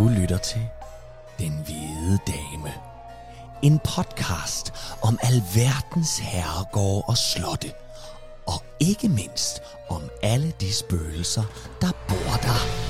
Du lytter til Den Hvide Dame. En podcast om alverdens herregårde og slotte. Og ikke mindst om alle de spøgelser, der bor der.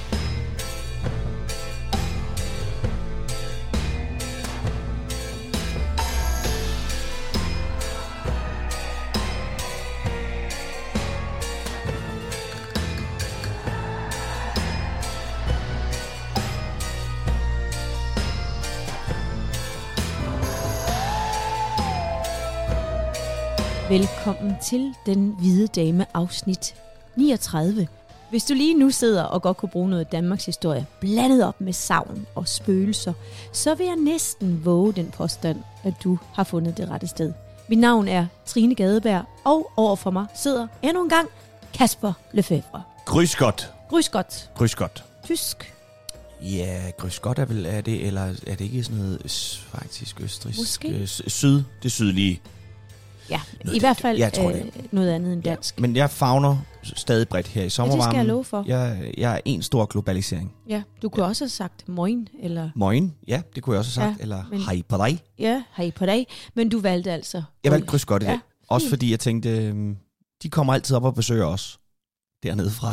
Velkommen til Den Hvide Dame afsnit 39. Hvis du lige nu sidder og godt kunne bruge noget Danmarks historie blandet op med sagn og spøgelser, så vil jeg næsten våge den påstand, at du har fundet det rette sted. Mit navn er Trine Gadeberg, og overfor mig sidder endnu en gang Kasper Lefebvre. Grüß Gott. Grüß Gott. Grüß Gott. Tysk. Ja, Grüß Gott er det, eller er det ikke sådan noget faktisk østrigsk? Måske. Syd, det sydlige. Ja, noget i hvert fald jeg tror, noget andet end dansk. Ja, men jeg favner stadig bredt her i sommervarmen. Ja, det skal jeg love for. Jeg er en stor globalisering. Ja, du kunne også have sagt moin, eller... Moin, ja, det kunne jeg også have sagt. Eller hej på dig. Ja, hej på dig. Men du valgte altså... Jeg valgte Grüß Gott i dag. Ja, også fordi jeg tænkte, de kommer altid op og besøger os dernede fra.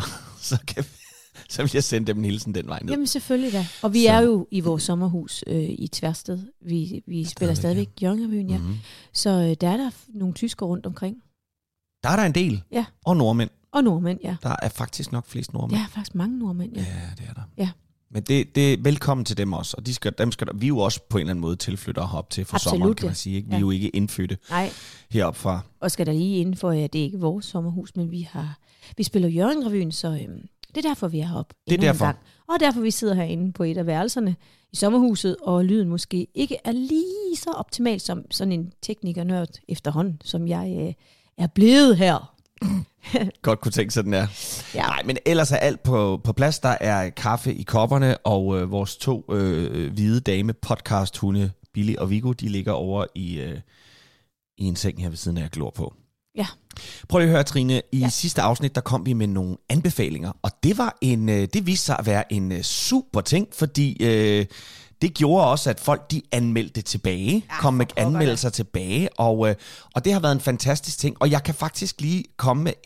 Så vil jeg sende dem en hilsen den vej ned. Jamen selvfølgelig da. Og vi er jo i vores sommerhus i Tversted. Vi spiller stadigvæk Hjørringrevyen, ja. Mm-hmm. Så der er der nogle tyskere rundt omkring. Der er der en del. Ja. Og nordmænd. Og nordmænd, ja. Der er faktisk nok flest nordmænd. Der er faktisk mange nordmænd, ja. Ja, det er der. Ja. Men det er velkommen til dem også. Og dem skal vi er jo også på en eller anden måde tilflytter herop til for sommeren, kan man sige. Ikke? Vi er jo ikke indfødte heroppe fra. Og skal der lige inden for, at det er ikke vores sommerhus, men vi spiller Hjørringrevyen, så... Det er derfor, vi er heroppe. Det er derfor. Og derfor, vi sidder herinde på et af værelserne i sommerhuset, og lyden måske ikke er lige så optimal som sådan en teknikernørd efterhånden, som jeg er blevet her. Godt kunne tænke sig, den er. Ja. Nej, men ellers er alt på plads. Der er kaffe i kopperne, og vores to hvide dame podcast-hunde, Billy og Viggo, de ligger over i en seng her ved siden af, jeg glor på. Ja. Prøv lige at høre, Trine. I sidste afsnit, der kom vi med nogle anbefalinger, og det viste sig at være en super ting, fordi det gjorde også, at folk de anmeldte tilbage, kom med anmeldelser tilbage, og det har været en fantastisk ting, og jeg kan faktisk lige komme med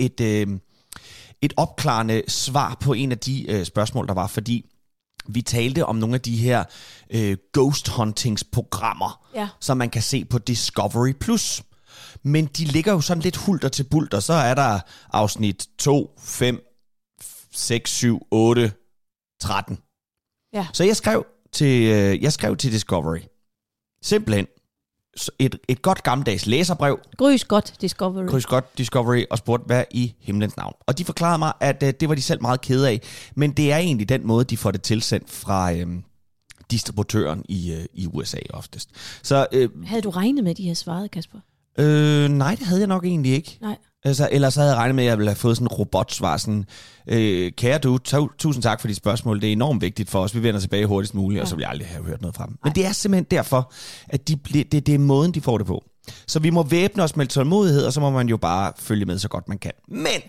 et opklarende svar på en af de spørgsmål, der var, fordi vi talte om nogle af de her ghost huntingsprogrammer, som man kan se på Discovery+. Men de ligger jo sådan lidt hulter til bulter. Så er der afsnit 2, 5, 6, 7, 8, 13. Ja. Så jeg skrev til Discovery. Simpelthen et godt gammeldags læserbrev. Grüß Gott Discovery. Grüß Gott Discovery, og spurgte, hvad i himlens navn. Og de forklarede mig, at det var de selv meget kede af. Men det er egentlig den måde, de får det tilsendt fra distributøren i USA oftest. Så, havde du regnet med, at de havde svaret, Kasper? Nej, det havde jeg nok egentlig ikke. Nej. Altså, ellers havde jeg regnet med, at jeg ville have fået sådan en robotsvar. Sådan, kære du, tusind tak for dit spørgsmål. Det er enormt vigtigt for os. Vi vender tilbage hurtigst muligt, og så vil jeg aldrig have hørt noget fra dem. Men det er simpelthen derfor, at det er måden, de får det på. Så vi må væbne os med tålmodighed, og så må man jo bare følge med så godt man kan. Men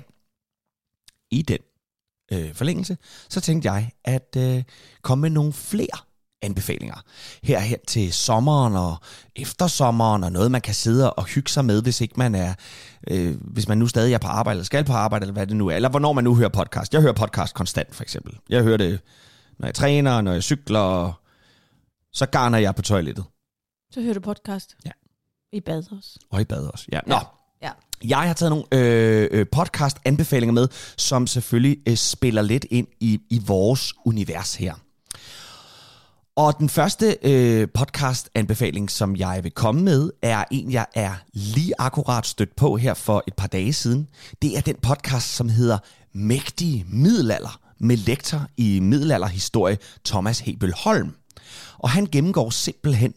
i den forlængelse, så tænkte jeg at komme med nogle flere anbefalinger her til sommeren og eftersommeren, og noget man kan sidde og hygge sig med, hvis ikke man er hvis man nu stadig er på arbejde eller skal på arbejde, eller hvad det nu er, eller hvornår man nu hører podcast. Jeg hører podcast konstant, for eksempel. Jeg hører det, når jeg træner, når jeg cykler, og så garner jeg på toilettet. Så hører du podcast? Ja. I bad også? Og i bad også, ja. Nå. Ja. Jeg har taget nogle podcast-anbefalinger med, som selvfølgelig spiller lidt ind i vores univers her. Og den første podcast-anbefaling, som jeg vil komme med, er en, jeg er lige akkurat stødt på her for et par dage siden. Det er den podcast, som hedder Mægtige Middelalder, med lektor i middelalderhistorie Thomas Hebel Holm. Og han gennemgår simpelthen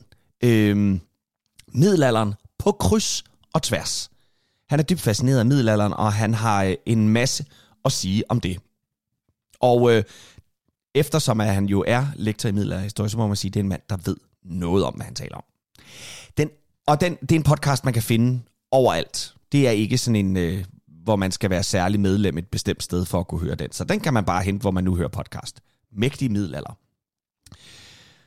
middelalderen på kryds og tværs. Han er dybt fascineret af middelalderen, og han har en masse at sige om det. Og eftersom at han jo er lektor i middelalderhistorie, så må man sige, at det er en mand, der ved noget om, hvad han taler om. Det er en podcast, man kan finde overalt. Det er ikke sådan en, hvor man skal være særlig medlem et bestemt sted for at kunne høre den. Så den kan man bare hente, hvor man nu hører podcast. Mægtige Middelalder.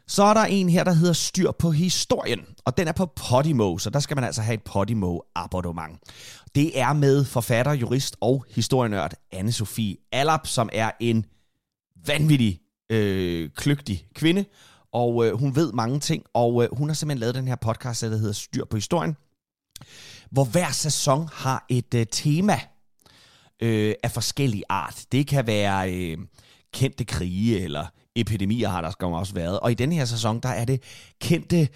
Så er der en her, der hedder Styr på historien, og den er på Podimo, så der skal man altså have et Podimo-abonnement. Det er med forfatter, jurist og historienørd Anne-Sophie Allap, som er en vanvittig kløgtig kvinde, og hun ved mange ting, og hun har simpelthen lavet den her podcast, der hedder Styr på historien, hvor hver sæson har et tema af forskellig art. Det kan være kendte krige, eller epidemier har der skal også været. Og i denne her sæson, der er det kendte,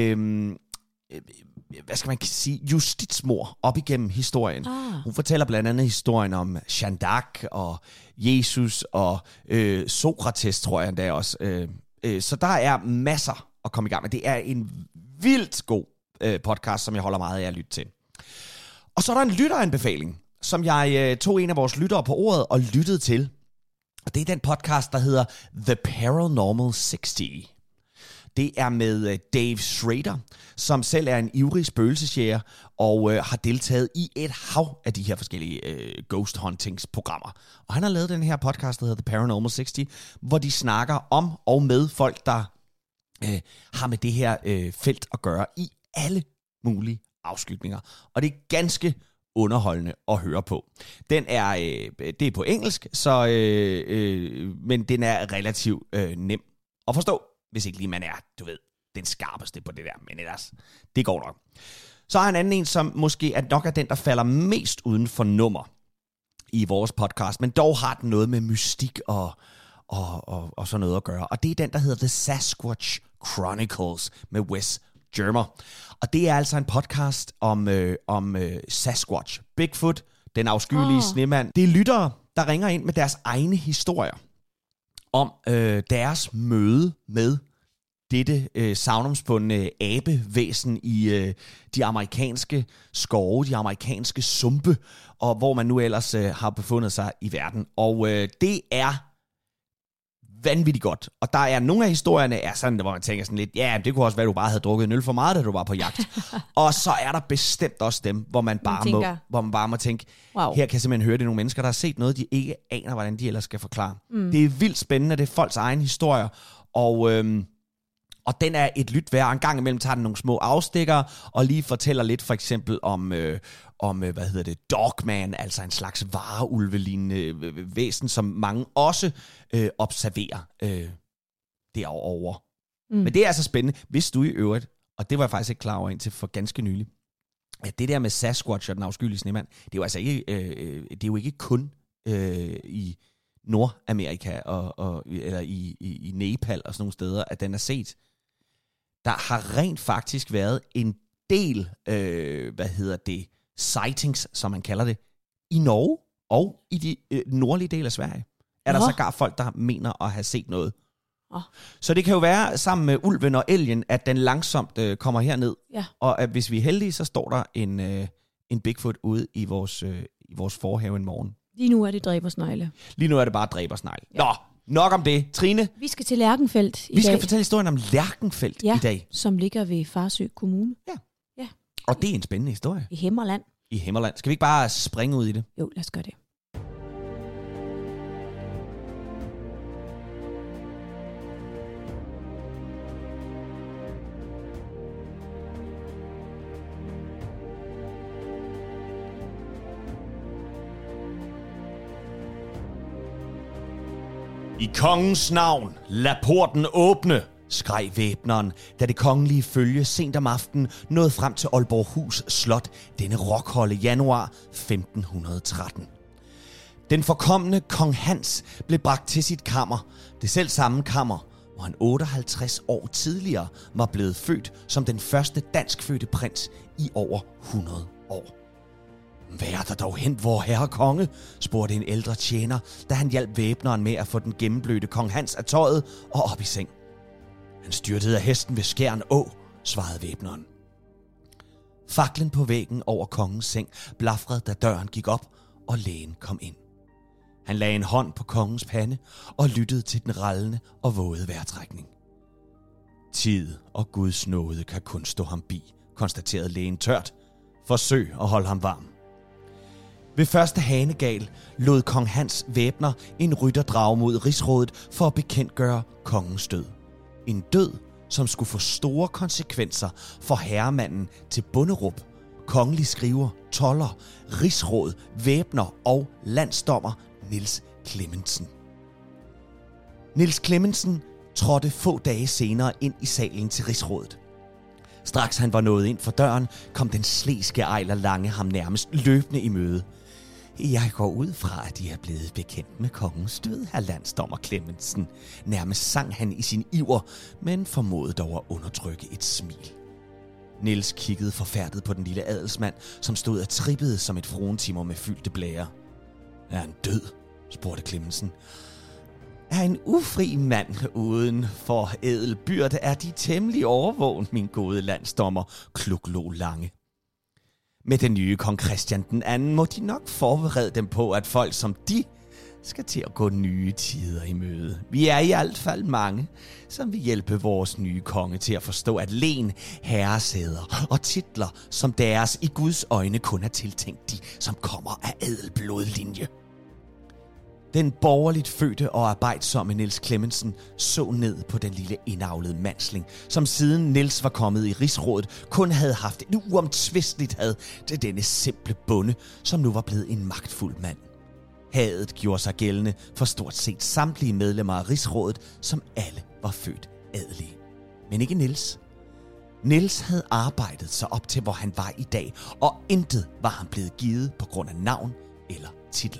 hvad skal man sige, justitsmord op igennem historien. Hun fortæller blandt andet historien om Jeanne d'Arc og Jesus og Sokrates, tror jeg endda også. Så der er masser at komme i gang med. Det er en vildt god podcast, som jeg holder meget af at lytte til. Og så er der en lytteranbefaling, som jeg tog en af vores lyttere på ordet og lyttede til. Og det er den podcast, der hedder The Paranormal 60. Det er med Dave Schrader, som selv er en ivrig spøgelsesjæger og har deltaget i et hav af de her forskellige ghost huntingsprogrammer. Og han har lavet den her podcast, der hedder The Paranormal 60, hvor de snakker om og med folk, der har med det her felt at gøre i alle mulige afskygninger. Og det er ganske underholdende at høre på. Det er på engelsk, så men den er relativt nem at forstå, hvis ikke lige man er, du ved, den skarpeste på det der, men ellers, det går nok. Så har en anden en, som måske er nok af den, der falder mest uden for nummer i vores podcast, men dog har den noget med mystik og sådan noget at gøre. Og det er den, der hedder The Sasquatch Chronicles med Wes Germer. Og det er altså en podcast om Sasquatch, Bigfoot, den afskyelige snemand. Det er lyttere, der ringer ind med deres egne historier om deres møde med dette savnomsbundne abevæsen i de amerikanske skove, de amerikanske sumpe, og hvor man nu ellers har befundet sig i verden. Og det er vanvittigt godt. Og der er nogle af historierne, er sådan, hvor man tænker sådan lidt, ja, det kunne også være, at du bare havde drukket en øl for meget, da du var på jagt. Og så er der bestemt også dem, hvor man bare må tænke, wow. Her kan jeg simpelthen høre, det er nogle mennesker, der har set noget, de ikke aner, hvordan de ellers skal forklare. Det er vildt spændende, det er folks egen historier, og den er et lyt værd. En gang imellem tager den nogle små afstikker, og lige fortæller lidt for eksempel om Dogman, altså en slags vareulvelignende væsen, som mange også observerer derovre. Men det er altså spændende, hvis du i øvrigt, og det var jeg faktisk ikke klar over indtil for ganske nylig, at det der med Sasquatch og den afskyelige snemand, det er jo altså ikke, det er jo ikke kun i Nordamerika eller i Nepal og sådan nogle steder, at den er set. Der har rent faktisk været en del, sightings, som man kalder det, i Norge og i de nordlige dele af Sverige. Er der sågar folk, der mener at have set noget. Så det kan jo være sammen med ulven og elgen, at den langsomt kommer herned. Ja. Og at hvis vi er heldige, så står der en Bigfoot ude i vores forhave en morgen. Lige nu er det dræbersnegle. Lige nu er det bare dræbersnegle. Ja. Nå, nok om det. Trine? Vi skal til Lerchenfeldt i dag. Vi skal fortælle historien om Lerchenfeldt i dag. Som ligger ved Farsø Kommune. Ja. Og det er en spændende historie. I Himmerland. Skal vi ikke bare springe ud i det? Jo, lad os gøre det. I kongens navn, lad porten åbne, skreg væbneren, da det kongelige følge sent om aftenen nåede frem til Aalborghus Slot denne rockholde januar 1513. Den forkomne kong Hans blev bragt til sit kammer, det selv samme kammer, hvor han 58 år tidligere var blevet født som den første danskfødte prins i over 100 år. Hvad er der dog hent, vor herre konge? Spurgte en ældre tjener, da han hjalp væbneren med at få den gennemblødte kong Hans af tøjet og op i seng. Han styrtede af hesten ved Skjern Å, svarede væbneren. Faklen på væggen over kongens seng blafrede, da døren gik op, og lægen kom ind. Han lagde en hånd på kongens pande og lyttede til den rallende og våde vejrtrækning. Tid og Guds nåde kan kun stå ham bi, konstaterede lægen tørt. Forsøg at holde ham varm. Ved første hanegal lod kong Hans væbner en rytter drage mod rigsrådet for at bekendtgøre kongens død. En død, som skulle få store konsekvenser for herremanden til Bonderup, kongelig skriver, tolder, rigsråd, væbner og landsdommer Niels Clemmensen. Niels Clemmensen trådte få dage senere ind i salen til rigsrådet. Straks han var nået ind for døren, kom den sleske Ejler Lange ham nærmest løbende i møde. Jeg går ud fra, at de er blevet bekendt med kongens død, herr landsdommer Clemmensen. Nærmest sang han i sin iver, men formåede dog at undertrykke et smil. Niels kiggede forfærdet på den lille adelsmand, som stod og trippede som et fruentimmer med fyldte blære. Er han død? Spurgte Clemmensen. Er en ufri mand uden for ædelbyrde, er de temmelig overvågen, min gode landsdommer, kluklå Lange. Med den nye kong Christian den anden må de nok forberede dem på, at folk som de skal til at gå nye tider i møde. Vi er i alt fald mange, som vil hjælpe vores nye konge til at forstå, at len, herresæder og titler som deres i Guds øjne kun er tiltænkt de, som kommer af ædelblodlinje. Den borgerligt fødte og arbejdsomme Niels Clemmensen så ned på den lille indavlede mandsling, som siden Niels var kommet i rigsrådet, kun havde haft et uomtvisteligt had til denne simple bonde, som nu var blevet en magtfuld mand. Hadet gjorde sig gældende for stort set samtlige medlemmer af rigsrådet, som alle var født adelige. Men ikke Niels. Niels havde arbejdet sig op til, hvor han var i dag, og intet var han blevet givet på grund af navn eller titel.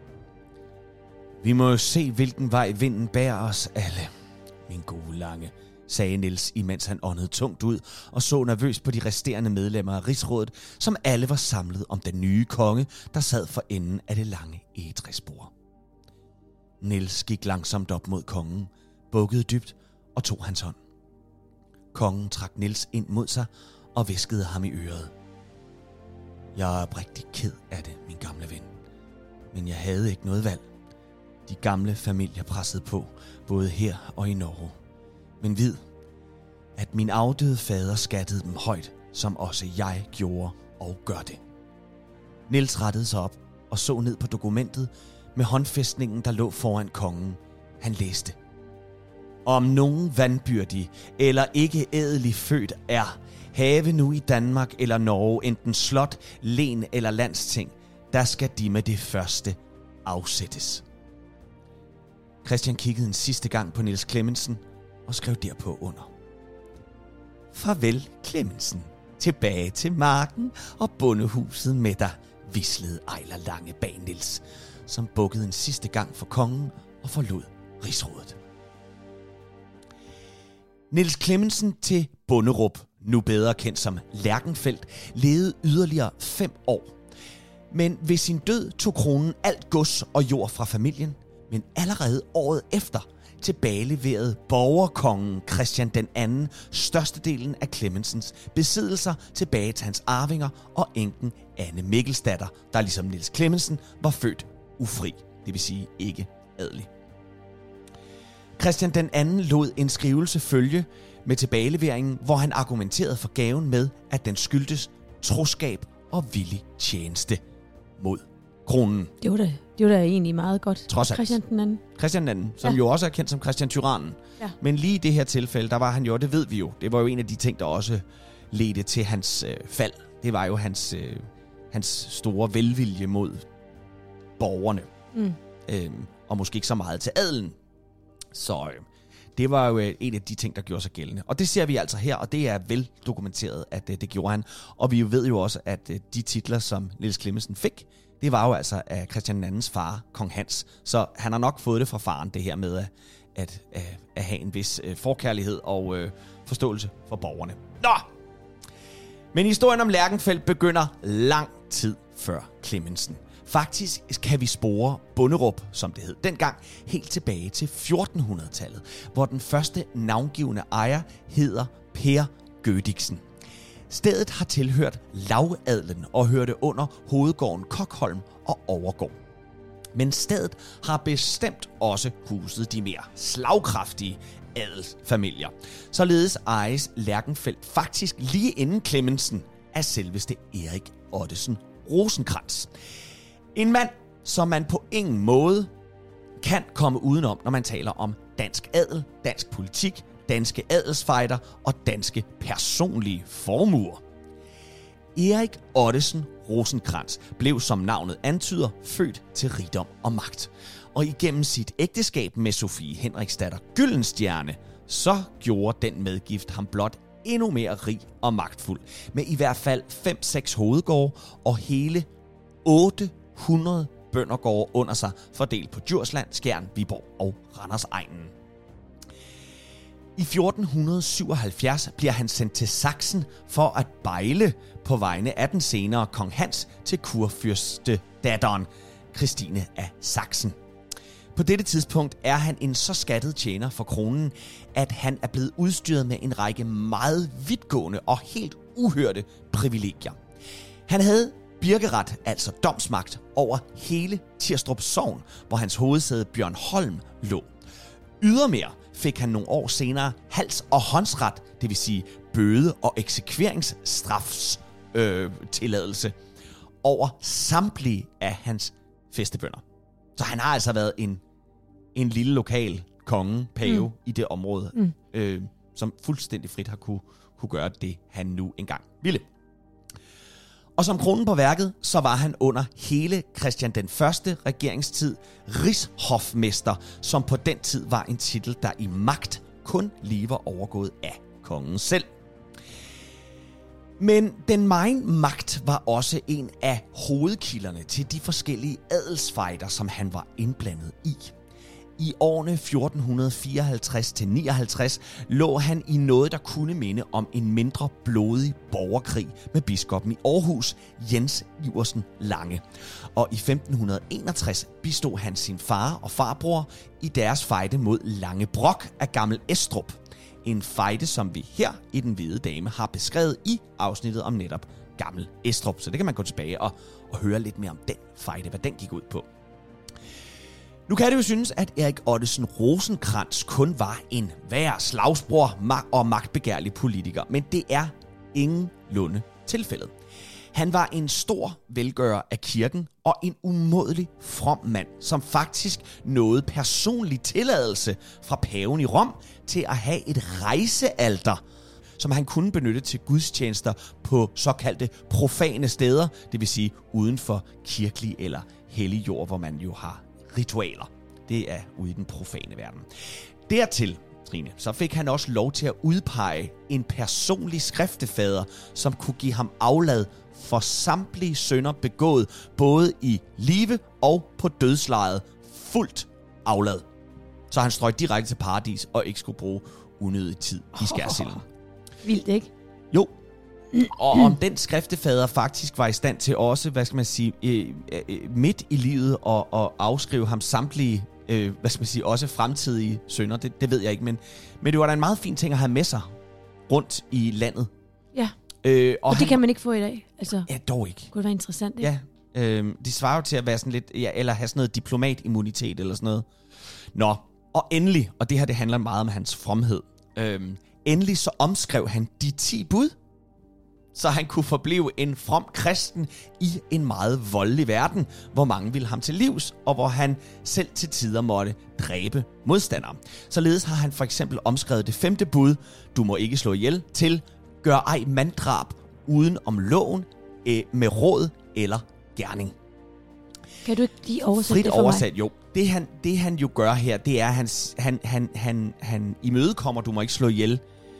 Vi må jo se, hvilken vej vinden bærer os alle, min gode Lange, sagde Niels, imens han åndede tungt ud og så nervøst på de resterende medlemmer af rigsrådet, som alle var samlet om den nye konge, der sad for enden af det lange egetræsbord. Niels gik langsomt op mod kongen, bukkede dybt og tog hans hånd. Kongen trak Niels ind mod sig og hviskede ham i øret. Jeg er oprigtig ked af det, min gamle ven, men jeg havde ikke noget valg. De gamle familier pressede på, både her og i Norge. Men vid, at min afdøde fader skattede dem højt, som også jeg gjorde og gør det. Niels rettede sig op og så ned på dokumentet med håndfæstningen, der lå foran kongen. Han læste. Om nogen vandbyrdig eller ikke ædelig født er, have nu i Danmark eller Norge enten slot, len eller landsting, der skal de med det første afsættes. Christian kiggede en sidste gang på Niels Clemmensen og skrev derpå under. Farvel, Clemmensen. Tilbage til marken og bondehuset med dig, hvislede Ejler Lange bag Niels, som bukkede en sidste gang for kongen og forlod rigsrådet. Niels Clemmensen til Bonderup, nu bedre kendt som Lerchenfeldt, levede yderligere 5 år. Men ved sin død tog kronen alt gods og jord fra familien, men allerede året efter tilbageleverede borgerkongen Christian den anden størstedelen af Clemmensens besiddelser tilbage til hans arvinger og enken Anne Mikkelsdatter, der ligesom Niels Clemmensen var født ufri, det vil sige ikke adelig. Christian den anden lod en skrivelse følge med tilbageleveringen, hvor han argumenterede for gaven med, at den skyldtes troskab og villig tjeneste mod kronen. Det var da egentlig meget godt. Trods alt. Christian den anden. Christian den anden, som jo også er kendt som Christian Tyrannen. Ja. Men lige i det her tilfælde, der var han jo, det ved vi jo, det var jo en af de ting, der også ledte til hans fald. Det var jo hans store velvilje mod borgerne. Og måske ikke så meget til adelen. Så det var jo en af de ting, der gjorde sig gældende. Og det ser vi altså her, og det er vel dokumenteret, at det gjorde han. Og vi ved jo også, at de titler, som Niels Clemmensen fik, det var jo altså af Christian II's far, kong Hans. Så han har nok fået det fra faren, det her med at have en vis forkærlighed og forståelse for borgerne. Nå! Men historien om Lerchenfeldt begynder lang tid før Clemmensen. Faktisk kan vi spore Bonderup, som det hed dengang, helt tilbage til 1400-tallet, hvor den første navngivende ejer hedder Per Gødiksen. Stedet har tilhørt lavadlen og hørte under hovedgården Kokholm og Overgård. Men stedet har bestemt også huset de mere slagkraftige adelsfamilier. Således ejes Lerchenfeldt faktisk lige inden Clemmensen af selveste Erik Ottesen Rosenkrantz. En mand, som man på ingen måde kan komme udenom, når man taler om dansk adel, dansk politik, danske adelsfejder og danske personlige formuer. Erik Ottesen Rosenkrantz blev, som navnet antyder, født til rigdom og magt. Og igennem sit ægteskab med Sofie Henriksdatter Gyldenstierne, så gjorde den medgift ham blot endnu mere rig og magtfuld, med i hvert fald 5-6 hovedgårde og hele 800 bøndergårde under sig, fordelt på Djursland, Skjern, Viborg og Randersegnen. I 1477 bliver han sendt til Sachsen for at bejle på vegne af den senere kong Hans til kurfyrstedatteren Christine af Sachsen. På dette tidspunkt er han en så skattet tjener for kronen, at han er blevet udstyret med en række meget vidtgående og helt uhørte privilegier. Han havde birkeret, altså domsmagt, over hele Tirstrup Sogn, hvor hans hovedsæde Bjørnholm lå. Ydermere fik han nogle år senere hals- og håndsret, det vil sige bøde- og eksekveringsstrafs tilladelse over samtlige af hans fæstebønder. Så han har altså været en lille lokal konge, pave i det område, som fuldstændig frit har kunne gøre det, han nu engang ville. Og som kronen på værket, så var han under hele Christian den første regeringstid rigshofmester, som på den tid var en titel, der i magt kun lige var overgået af kongen selv. Men den megen magt var også en af hovedkilderne til de forskellige adelsfejder, som han var indblandet i. I årene 1454-59 lå han i noget, der kunne minde om en mindre blodig borgerkrig med biskoppen i Aarhus, Jens Iversen Lange. Og i 1561 bistod han sin far og farbror i deres fejde mod Lange Brok af Gammel Estrup. En fejde, som vi her i Den Hvide Dame har beskrevet i afsnittet om netop Gammel Estrup. Så det kan man gå tilbage og høre lidt mere om den fejde, hvad den gik ud på. Nu kan det jo synes, at Erik Ottesen Rosenkrantz kun var en værre slagsbror og magtbegærlig politiker, men det er ingenlunde tilfældet. Han var en stor velgører af kirken og en umådelig from mand, som faktisk nåede personlig tilladelse fra paven i Rom til at have et rejsealter, som han kunne benytte til gudstjenester på såkaldte profane steder, det vil sige uden for kirkelig eller hellig jord, hvor man jo har ritualer. Det er ude i den profane verden. Dertil, Trine, så fik han også lov til at udpege en personlig skriftefader, som kunne give ham aflad for samtlige synder begået, både i live og på dødslejet, fuldt aflad. Så han strøg direkte til paradis og ikke skulle bruge unødig tid i skærsilden. Vildt, ikke? Jo. Og om den skriftefader faktisk var i stand til også, hvad skal man sige, midt i livet og afskrive ham samtlige, hvad skal man sige, også fremtidige synder, det ved jeg ikke, men det var da en meget fin ting at have med sig rundt i landet. Ja, og det kan man ikke få i dag. Altså, ja, dog ikke. Kunne det være interessant, ikke? Ja, de svarer jo til at være sådan lidt, ja, eller have sådan noget diplomatimmunitet eller sådan noget. Nå, og endelig, og det her det handler meget om hans fromhed, endelig så omskrev han de 10 bud, så han kunne forblive en from kristen i en meget voldelig verden, hvor mange ville ham til livs, og hvor han selv til tider måtte dræbe modstandere. Således har han for eksempel omskrevet det 5. bud, du må ikke slå ihjel, til gør ej manddrab uden om loven, med råd eller gerning. Kan du ikke lige oversætte Frit det for oversat, mig? jo. Det han jo gør her, det er, at han imødekommer, du må ikke slå ihjel,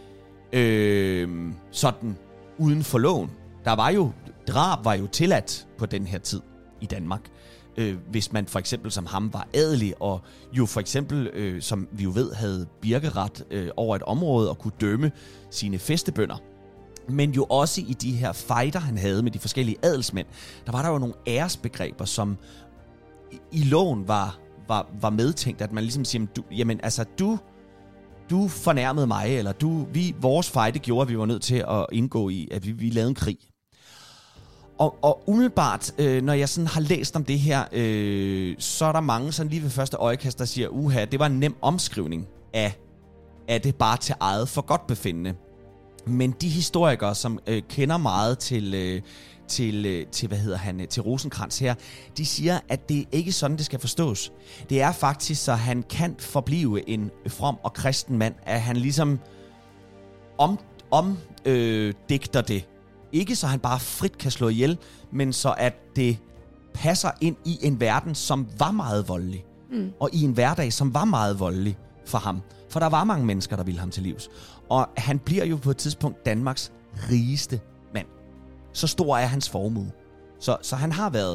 sådan uden for loven. Drab var jo tilladt på den her tid i Danmark. Hvis man for eksempel som ham var adelig, og jo for eksempel, som vi jo ved, havde birkeret over et område og kunne dømme sine fæstebønder. Men jo også i de her fejder, han havde med de forskellige adelsmænd, der var der jo nogle æresbegreber, som i loven var medtænkt, at man ligesom siger, du fornærmede mig, eller vores fejde gjorde, at vi var nødt til at indgå i, at vi lavede en krig. Og umiddelbart, når jeg sådan har læst om det her, så er der mange sådan lige ved første øjekast, der siger, det var en nem omskrivning af det bare til eget for godt befindende. Men de historikere, som kender meget til Rosenkrantz her, de siger, at det ikke er sådan, det skal forstås. Det er faktisk, så han kan forblive en from og kristen mand, at han ligesom digter det. Ikke så han bare frit kan slå ihjel, men så at det passer ind i en verden, som var meget voldelig. Og i en hverdag, som var meget voldelig for ham. For der var mange mennesker, der ville ham til livs. Og han bliver jo på et tidspunkt Danmarks rigeste mand. Så stor er hans formue. Så han har været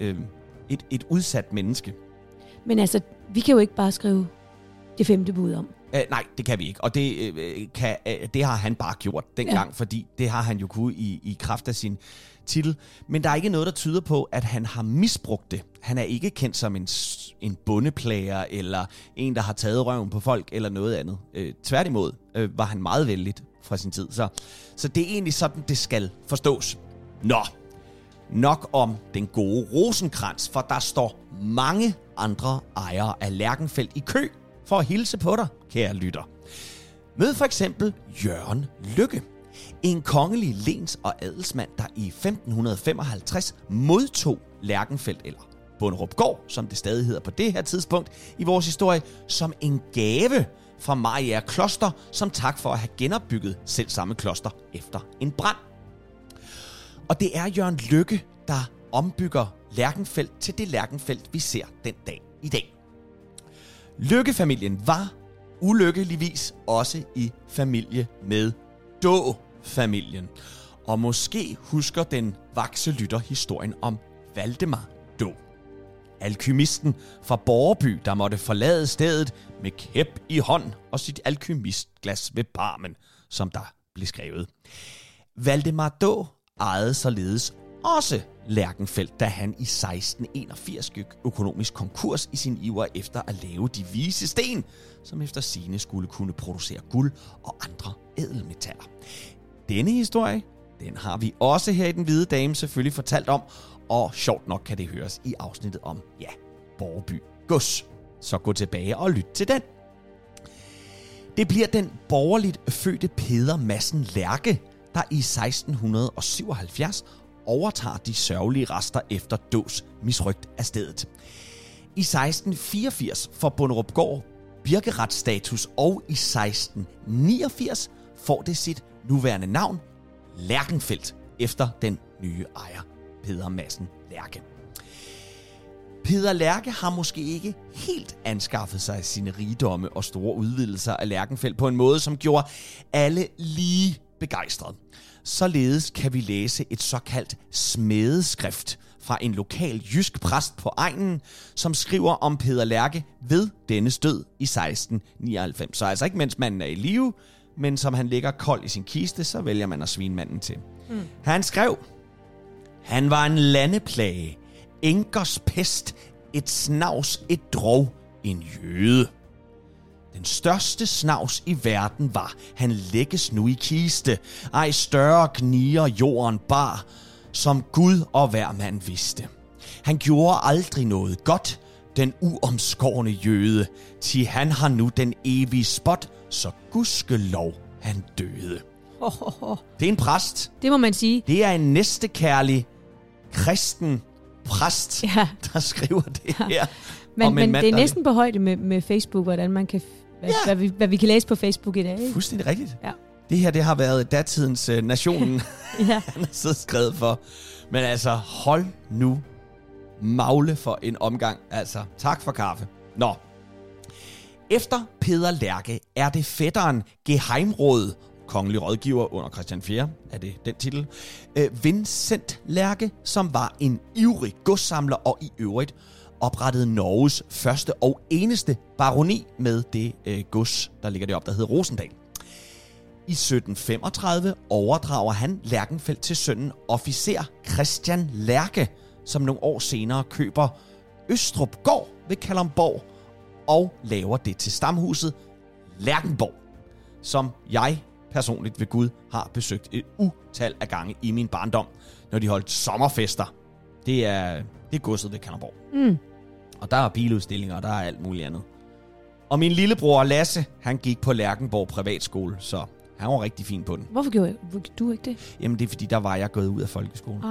et udsat menneske. Men altså, vi kan jo ikke bare skrive det 5. bud om. Nej, det kan vi ikke. Og det har han bare gjort dengang, fordi det har han jo kunnet i kraft af sin titel. Men der er ikke noget, der tyder på, at han har misbrugt det. Han er ikke kendt som en bondeplager, eller en, der har taget røven på folk, eller noget andet. Tværtimod var han meget vældigt fra sin tid. Så det er egentlig sådan, det skal forstås. Nå, nok om den gode Rosenkrantz, for der står mange andre ejere af Lerchenfeldt i kø for at hilse på dig, kære lytter. Mød for eksempel Jørgen Lykke, en kongelig lens- og adelsmand, der i 1555 modtog Lerchenfeldt, eller Bonderupgård, som det stadig hedder på det her tidspunkt i vores historie, som en gave fra Mariager Kloster, som tak for at have genopbygget selv samme kloster efter en brand. Og det er Jørgen Lykke, der ombygger Lerchenfeldt til det Lerchenfeldt, vi ser den dag i dag. Lykke-familien var ulykkeligvis også i familie med Daa-familien. Og måske husker den vakse lytter historien om Valdemar Daa. Alkymisten fra Borreby, der måtte forlade stedet med kæp i hånd og sit alkymistglas ved barmen, som der blev skrevet. Valdemar Daa ejede således også Lerchenfeldt, da han i 1681 gik økonomisk konkurs i sin iver efter at lave de vise sten, som efter sigende skulle kunne producere guld og andre ædelmetaller. Denne historie, den har vi også her i Den Hvide Dame selvfølgelig fortalt om, og sjovt nok kan det høres i afsnittet om, Borreby Gods. Så gå tilbage og lyt til den. Det bliver den borgerligt fødte Peder Madsen Lerche, der i 1677 overtager de sørgelige rester efter Daas misrygt af stedet. I 1684 får Bonderupgård birkeretsstatus, og i 1689 får det sit nuværende navn, Lerchenfeldt, efter den nye ejer, Peder Madsen Lerche. Peder Lerche har måske ikke helt anskaffet sig sine rigdomme og store udvidelser af Lerchenfeldt på en måde, som gjorde alle lige begejstrede. Således kan vi læse et såkaldt smedeskrift fra en lokal jysk præst på egnen, som skriver om Peder Lerche ved dennes død i 1699. Så altså ikke mens manden er i live, men som han ligger kold i sin kiste, så vælger man at svine manden til. Han skrev: han var en landeplage, enkers pest, et snavs, et drog, en jøde. Den største snavs i verden var, han lægges nu i kiste, ej større gnier jorden bar, som Gud og hver mand vidste. Han gjorde aldrig noget godt, den uomskårne jøde, til han har nu den evige spot, så gudskelov han døde. Det er en præst. Det må man sige. Det er en næstekærlig kristen præst, der skriver det her. Men det er næsten på højde med Facebook, hvordan man kan, hvad vi kan læse på Facebook i dag. Ikke? Fuldstændig rigtigt. Ja. Det her, det har været datidens Nationen, han har siddet skrevet for. Men altså, hold nu magle for en omgang. Altså, tak for kaffe. Nå. Efter Peder Lerche er det fætteren Geheimråd, kongelig rådgiver under Christian 4, er det den titel, Vincent Lerche, som var en ivrig godssamler og i øvrigt oprettede Norges første og eneste baroni med det gods, der ligger deroppe, der hedder Rosendal. I 1735 overdrager han Lerchenfeldt til sønnen officer Christian Lerche, som nogle år senere køber Østrupgård ved Kalundborg og laver det til stamhuset Lerchenborg, som jeg personligt ved Gud har besøgt et utal af gange i min barndom, når de holdt sommerfester. Det er godset ved Kalundborg. Og der er biludstillinger, og der er alt muligt andet. Og min lillebror Lasse, han gik på Lerchenborg Privatskole, så Han var rigtig fin på den. Hvorfor gjorde du ikke det? Jamen, det er fordi, der var jeg gået ud af folkeskolen.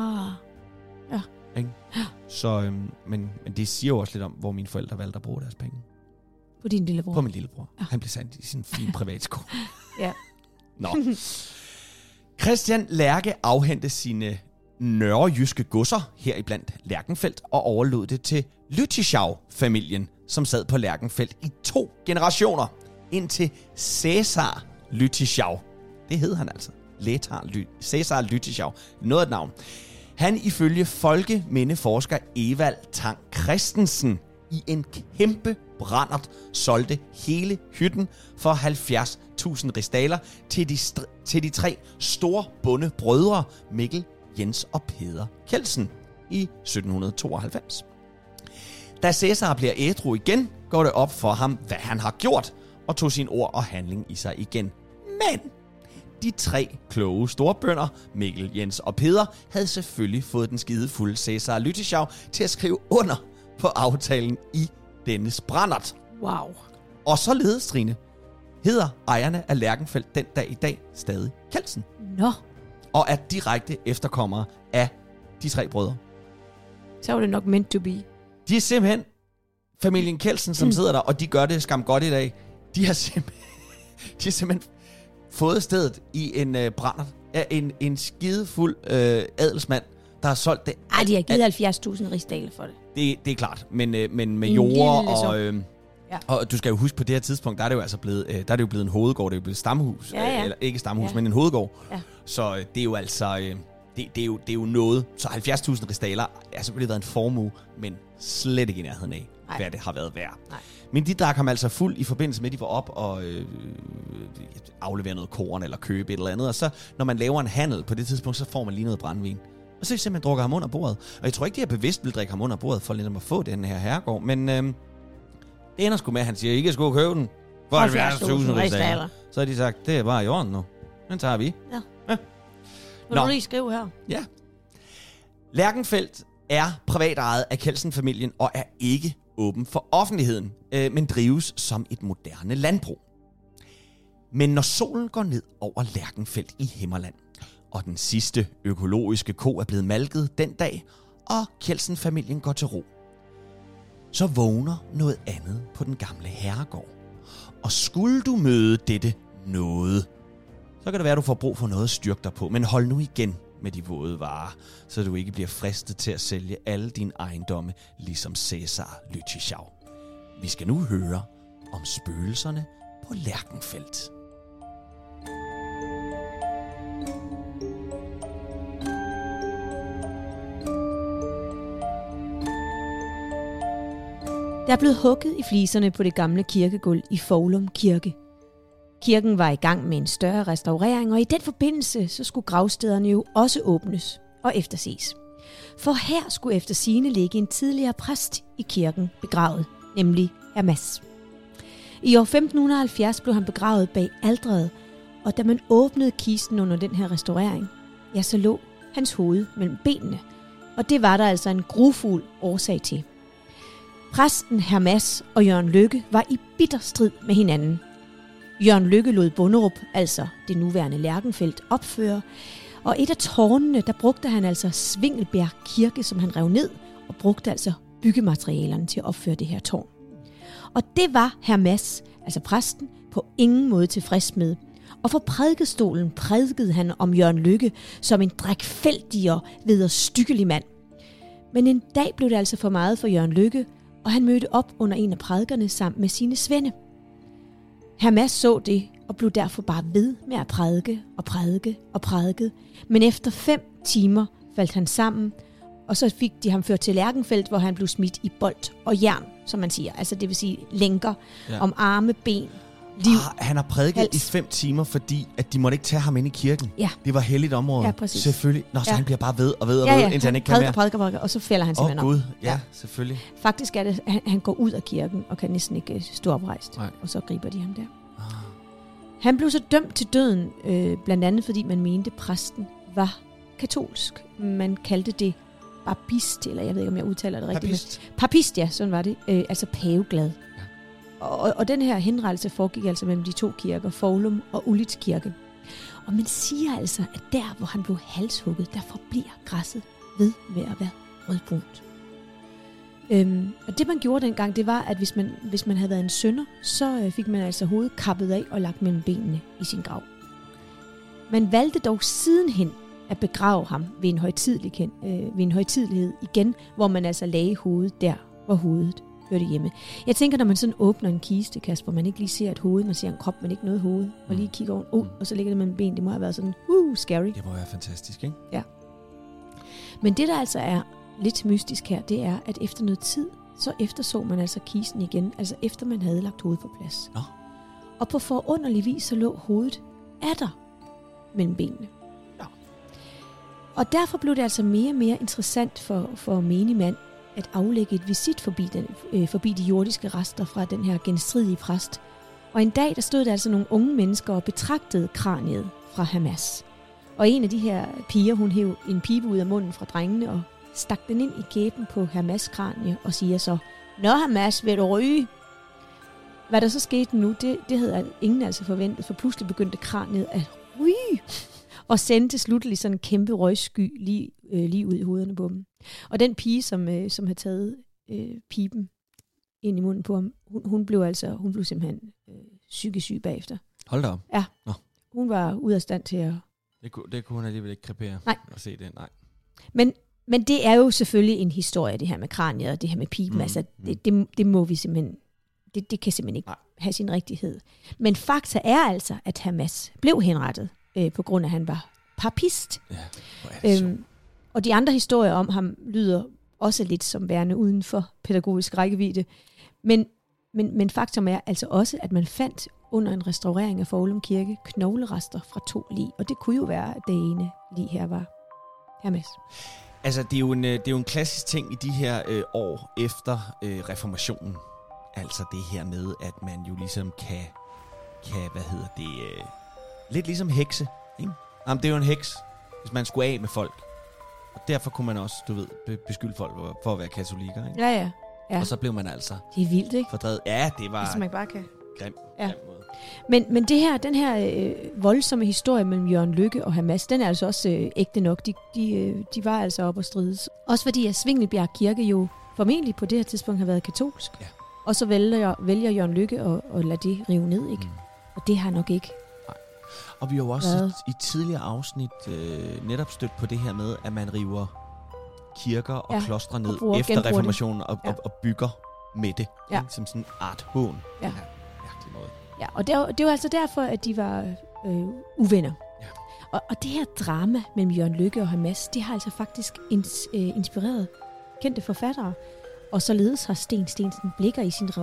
Ja. Ikke? Så, men det siger jo også lidt om, hvor mine forældre valgte at bruge deres penge. På din lillebror? På min lillebror. Ja. Han blev sendt i sin fin privatskole. Ja. Nå. Christian Lerche afhentede sine nørrejyske godser heriblandt Lerchenfeldt og overlod det til Lüttichau-familien, som sad på Lerchenfeldt i 2 generationer, indtil Cæsar Lüttichau. Det hed han altså. Cæsar Lüttichau. Noget af et navn. Han ifølge folkemindeforsker Evald Tang Christensen i en kæmpe brændert solgte hele hytten for 70.000 rigsdaler til de 3 store bondebrødre Mikkel, Jens og Peder Kjeldsen i 1792. Da Cæsar bliver ædru igen, går det op for ham, hvad han har gjort, og tog sin ord og handling i sig igen. Men de 3 kloge storbønder, Mikkel, Jens og Peder, havde selvfølgelig fået den skidefulde Cæsar Lüttichau til at skrive under på aftalen i dennes brændert. Wow. Og således, Trine, hedder ejerne af Lerchenfeldt den dag i dag stadig Kjeldsen. Nå. Og er direkte efterkommere af de 3 brødre. Så var det nok meant to be. De er simpelthen familien Kjeldsen, som sidder der, og de gør det skam godt i dag. De har simpelthen fået stedet i en brændert af en skidefuld adelsmand, der har solgt det. Ej, de har givet 70.000 rigsdaler for det. Det er klart, men med jord Ja. og du skal jo huske, på det her tidspunkt, der er det jo altså blevet, blevet en hovedgård, det er jo blevet stamhus, Ja. eller ikke stamhus, men en hovedgård. Ja. Så det er jo altså, det er jo noget. Så 70.000 rigsdaler er selvfølgelig været en formue, men slet ikke i nærheden af, hvad det har været værd. Nej. Men de drak ham altså fuld i forbindelse med, at de var op og aflevere noget korn eller købe et eller andet. Og så, når man laver en handel på det tidspunkt, så får man lige noget brændvin. Og så simpelthen drukker ham under bordet. Og jeg tror ikke, de har bevidst vil drikke ham under bordet, for ligesom at få den her herregård. Men det ender sgu med, at han siger, I kan sgu købe den for 70.000 rigsdaler. Så har de sagt, det er bare i orden nu. Den tager vi. Ja. Må du lige skrive her? Ja. Lerchenfeldt er privatejet af Kjeldsen-familien og er ikke åben for offentligheden, men drives som et moderne landbrug. Men når solen går ned over Lerchenfeldt i Himmerland, og den sidste økologiske ko er blevet malket den dag, og Kjeldsen-familien går til ro, så vågner noget andet på den gamle herregård. Og skulle du møde dette noget, så kan det være, at du får brug for noget at styrke dig på, men hold nu igen med de våde varer, så du ikke bliver fristet til at sælge alle dine ejendomme, ligesom Cæsar Lüttichau. Vi skal nu høre om spøgelserne på Lerchenfeldt. Der er blevet hugget i fliserne på det gamle kirkegulv i Foulum Kirke. Kirken var i gang med en større restaurering, og i den forbindelse så skulle gravstederne jo også åbnes og efterses. For her skulle efter sigende ligge en tidligere præst i kirken begravet, nemlig Hermas. I år 1570 blev han begravet bag alteret, og da man åbnede kisten under den her restaurering, ja, så lå hans hoved mellem benene, og det var der altså en grufuld årsag til. Præsten Hermas og Jørgen Lykke var i bitter strid med hinanden. Jørgen Lykke lod Bonderup, altså det nuværende Lerchenfeldt, opføre, og et af tårnene, der brugte han altså Svingelbjerg Kirke, som han rev ned, og brugte altså byggematerialerne til at opføre det her tårn. Og det var Hermas, altså præsten, på ingen måde tilfreds med. Og for prædikestolen prædikede han om Jørgen Lykke som en drækfældig og vederstyggelig mand. Men en dag blev det altså for meget for Jørgen Lykke, og han mødte op under en af prædikerne sammen med sine svende. Hermas så det og blev derfor bare ved med at prædike. Men efter 5 timer faldt han sammen, og så fik de ham ført til Lerchenfeldt, hvor han blev smidt i bold og jern, som man siger. Altså det vil sige lænker om arme, ben, liv. Han har prædiket i 5 timer, fordi at de måtte ikke tage ham ind i kirken. Ja. Det var helligt område. Ja, præcis. Selvfølgelig. Nå, så han bliver bare ved, indtil han ikke kan mere. Prædiker, og så falder han simpelthen Gud, ja, selvfølgelig. Faktisk er det, han går ud af kirken og kan næsten ikke stå oprejst. Nej. Og så griber de ham der. Han blev så dømt til døden, blandt andet fordi man mente, præsten var katolsk. Man kaldte det baptist, eller jeg ved ikke, om jeg udtaler det rigtigt. Papist, ja, sådan var det. Altså paveglad. Ja. Og den her henrettelse foregik altså mellem de 2 kirker, Foulum og Ulits kirke. Og man siger altså, at der, hvor han blev halshugget, der forbliver græsset ved med at være rødbrunt. Og det man gjorde dengang, det var, at hvis man havde været en synder, så fik man altså hovedet kappet af og lagt mellem benene i sin grav. Man valgte dog sidenhen at begrave ham ved en højtidelighed igen, hvor man altså lagde hovedet der, hvor hovedet hørte hjemme. Jeg tænker, når man sådan åbner en kiste, Kasper, hvor man ikke lige ser et hoved, man ser en krop, men ikke noget hoved, og lige kigger oven, og så ligger det mellem ben, det må have været sådan, scary. Det må være fantastisk, ikke? Ja. Men det, der altså er lidt mystisk her, det er, at efter noget tid, så efterså man altså kisten igen, altså efter man havde lagt hovedet på plads. Nå. Og på forunderlig vis, så lå hovedet atter mellem benene. Nå. Og derfor blev det altså mere og mere interessant for menig mand at aflægge et visit forbi de jordiske rester fra den her genstridige præst. Og en dag, der stod der altså nogle unge mennesker og betragtede kraniet fra Hamas. Og en af de her piger, hun hæv en pibe ud af munden fra drengene og stak den ind i kæben på Hamas-kranie og siger så, "Nå Hamas, vil du ryge?" Hvad der så skete nu, det havde ingen altså forventet, for pludselig begyndte kraniet at ryge og sendte slutteligt sådan en kæmpe røgsky lige ud i hovederne på dem. Og den pige, som havde taget piben ind i munden på ham, hun blev simpelthen psykisk syg bagefter. Hold da op. Ja. Nå. Hun var ude af stand til at... Det kunne hun alligevel ikke krepere at se det, nej. Men det er jo selvfølgelig en historie, det her med kraniet og det her med piben. Altså, det må vi simpelthen... Det kan simpelthen ikke have sin rigtighed. Men fakta er altså, at Hamas blev henrettet, på grund af, at han var papist. Ja, og de andre historier om ham lyder også lidt som værende uden for pædagogisk rækkevidde. Men faktum er altså også, at man fandt under en restaurering af Foulum Kirke knoglerester fra 2 lig. Og det kunne jo være, at det ene lig her var Hamas. Altså, det er jo en klassisk ting i de her år efter reformationen. Altså det her med, at man jo ligesom kan lidt ligesom hekse, ikke? Jamen, det er jo en heks, hvis man skulle af med folk. Og derfor kunne man også, beskylde folk for at være katolikker, ikke? Ja. Og så blev man altså... Det er vildt, ikke? Fordrevet. Ja, det var... Hvis man bare kan... Grim måde. Men den her voldsomme historie mellem Jørgen Lykke og Hamas, den er altså også ægte nok. De var altså op og strides. Også fordi at Svingelbjerg Kirke jo formentlig på det her tidspunkt har været katolsk. Ja. Og så vælger Jørgen Lykke at lade det rive ned, ikke? Og det har nok ikke. Nej. Og vi har jo også i tidligere afsnit netop stødt på det her med, at man river kirker og klostre ned efter reformationen og bygger med det. Ja. Som sådan en art hån. Ja. Den her mærkelige måde. Ja, og det var altså derfor, at de var uvenner. Ja. Og det her drama mellem Jørgen Lykke og Hamas, det har altså faktisk inspireret kendte forfattere. Og således har Sten Steensen Blicher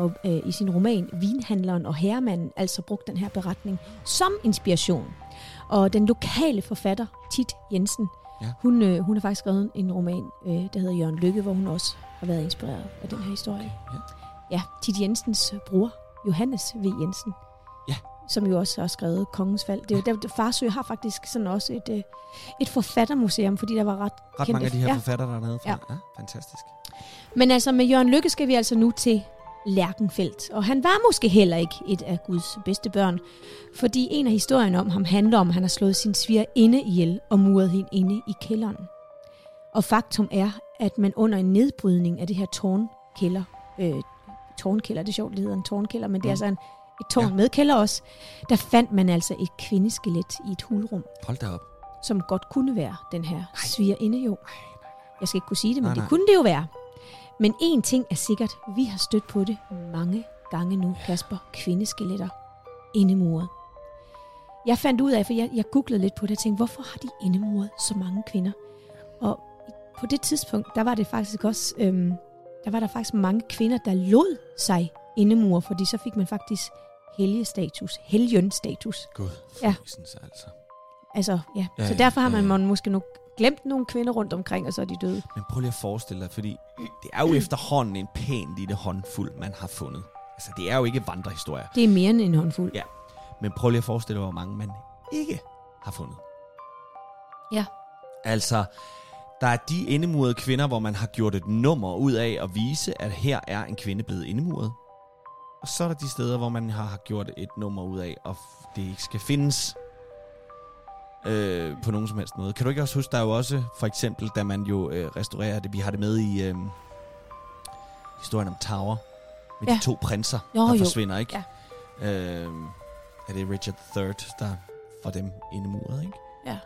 i sin roman Vinhandleren og Herremanden altså brugt den her beretning som inspiration. Og den lokale forfatter, Tit Jensen, hun har faktisk skrevet en roman, der hedder Jørgen Lykke, hvor hun også har været inspireret af den her historie. Ja, Tit Jensens bror, Johannes V. Jensen, som jo også har skrevet Kongens Fald. Farsø har faktisk sådan også et forfattermuseum, fordi der var ret kendte... mange af de her forfattere, der er nede fra. Ja, fantastisk. Men altså med Jørgen Lykke skal vi altså nu til Lerchenfeldt. Og han var måske heller ikke et af Guds bedste børn, fordi en af historierne om ham handler om, at han har slået sin svigerinde ihjel og muret hende inde i kælderen. Og faktum er, at man under en nedbrydning af det her tårnkælder, det er sjovt, det hedder en tårnkælder, men det er altså et tårn med kælder også, der fandt man altså et kvindeskelet i et hulrum. Hold da op. Som godt kunne være den her svigerinde jo. Jeg skal ikke kunne sige det, men det kunne det jo være. Men en ting er sikkert, vi har stødt på det mange gange nu, Kasper, kvindeskeletter indemuret. Jeg fandt ud af, for jeg googlede lidt på det, og tænkte, hvorfor har de indemuret så mange kvinder? Og på det tidspunkt, der var det faktisk også, der var der faktisk mange kvinder, der lod sig indemure, fordi så fik man faktisk helgenstatus. Gud, altså. Så derfor har man måske nok glemt nogle kvinder rundt omkring, og så er de døde. Men prøv lige at forestille dig, fordi det er jo efterhånden en pæn lille håndfuld, man har fundet. Altså, det er jo ikke vandrehistorier. Det er mere end en håndfuld. Ja, men prøv lige at forestille dig, hvor mange man ikke har fundet. Ja. Altså, der er de indemurede kvinder, hvor man har gjort et nummer ud af at vise, at her er en kvinde blevet indemuret. Og så er der de steder, hvor man har gjort et nummer ud af, at det ikke skal findes. på nogen som helst måde. Kan du ikke også huske, der er jo også, for eksempel, da man jo restaurerer det, vi har det med i historien om Tower, med de 2 prinser, der forsvinder, ikke? Ja. Er det Richard III, der får dem inde i muret, ikke? Ja.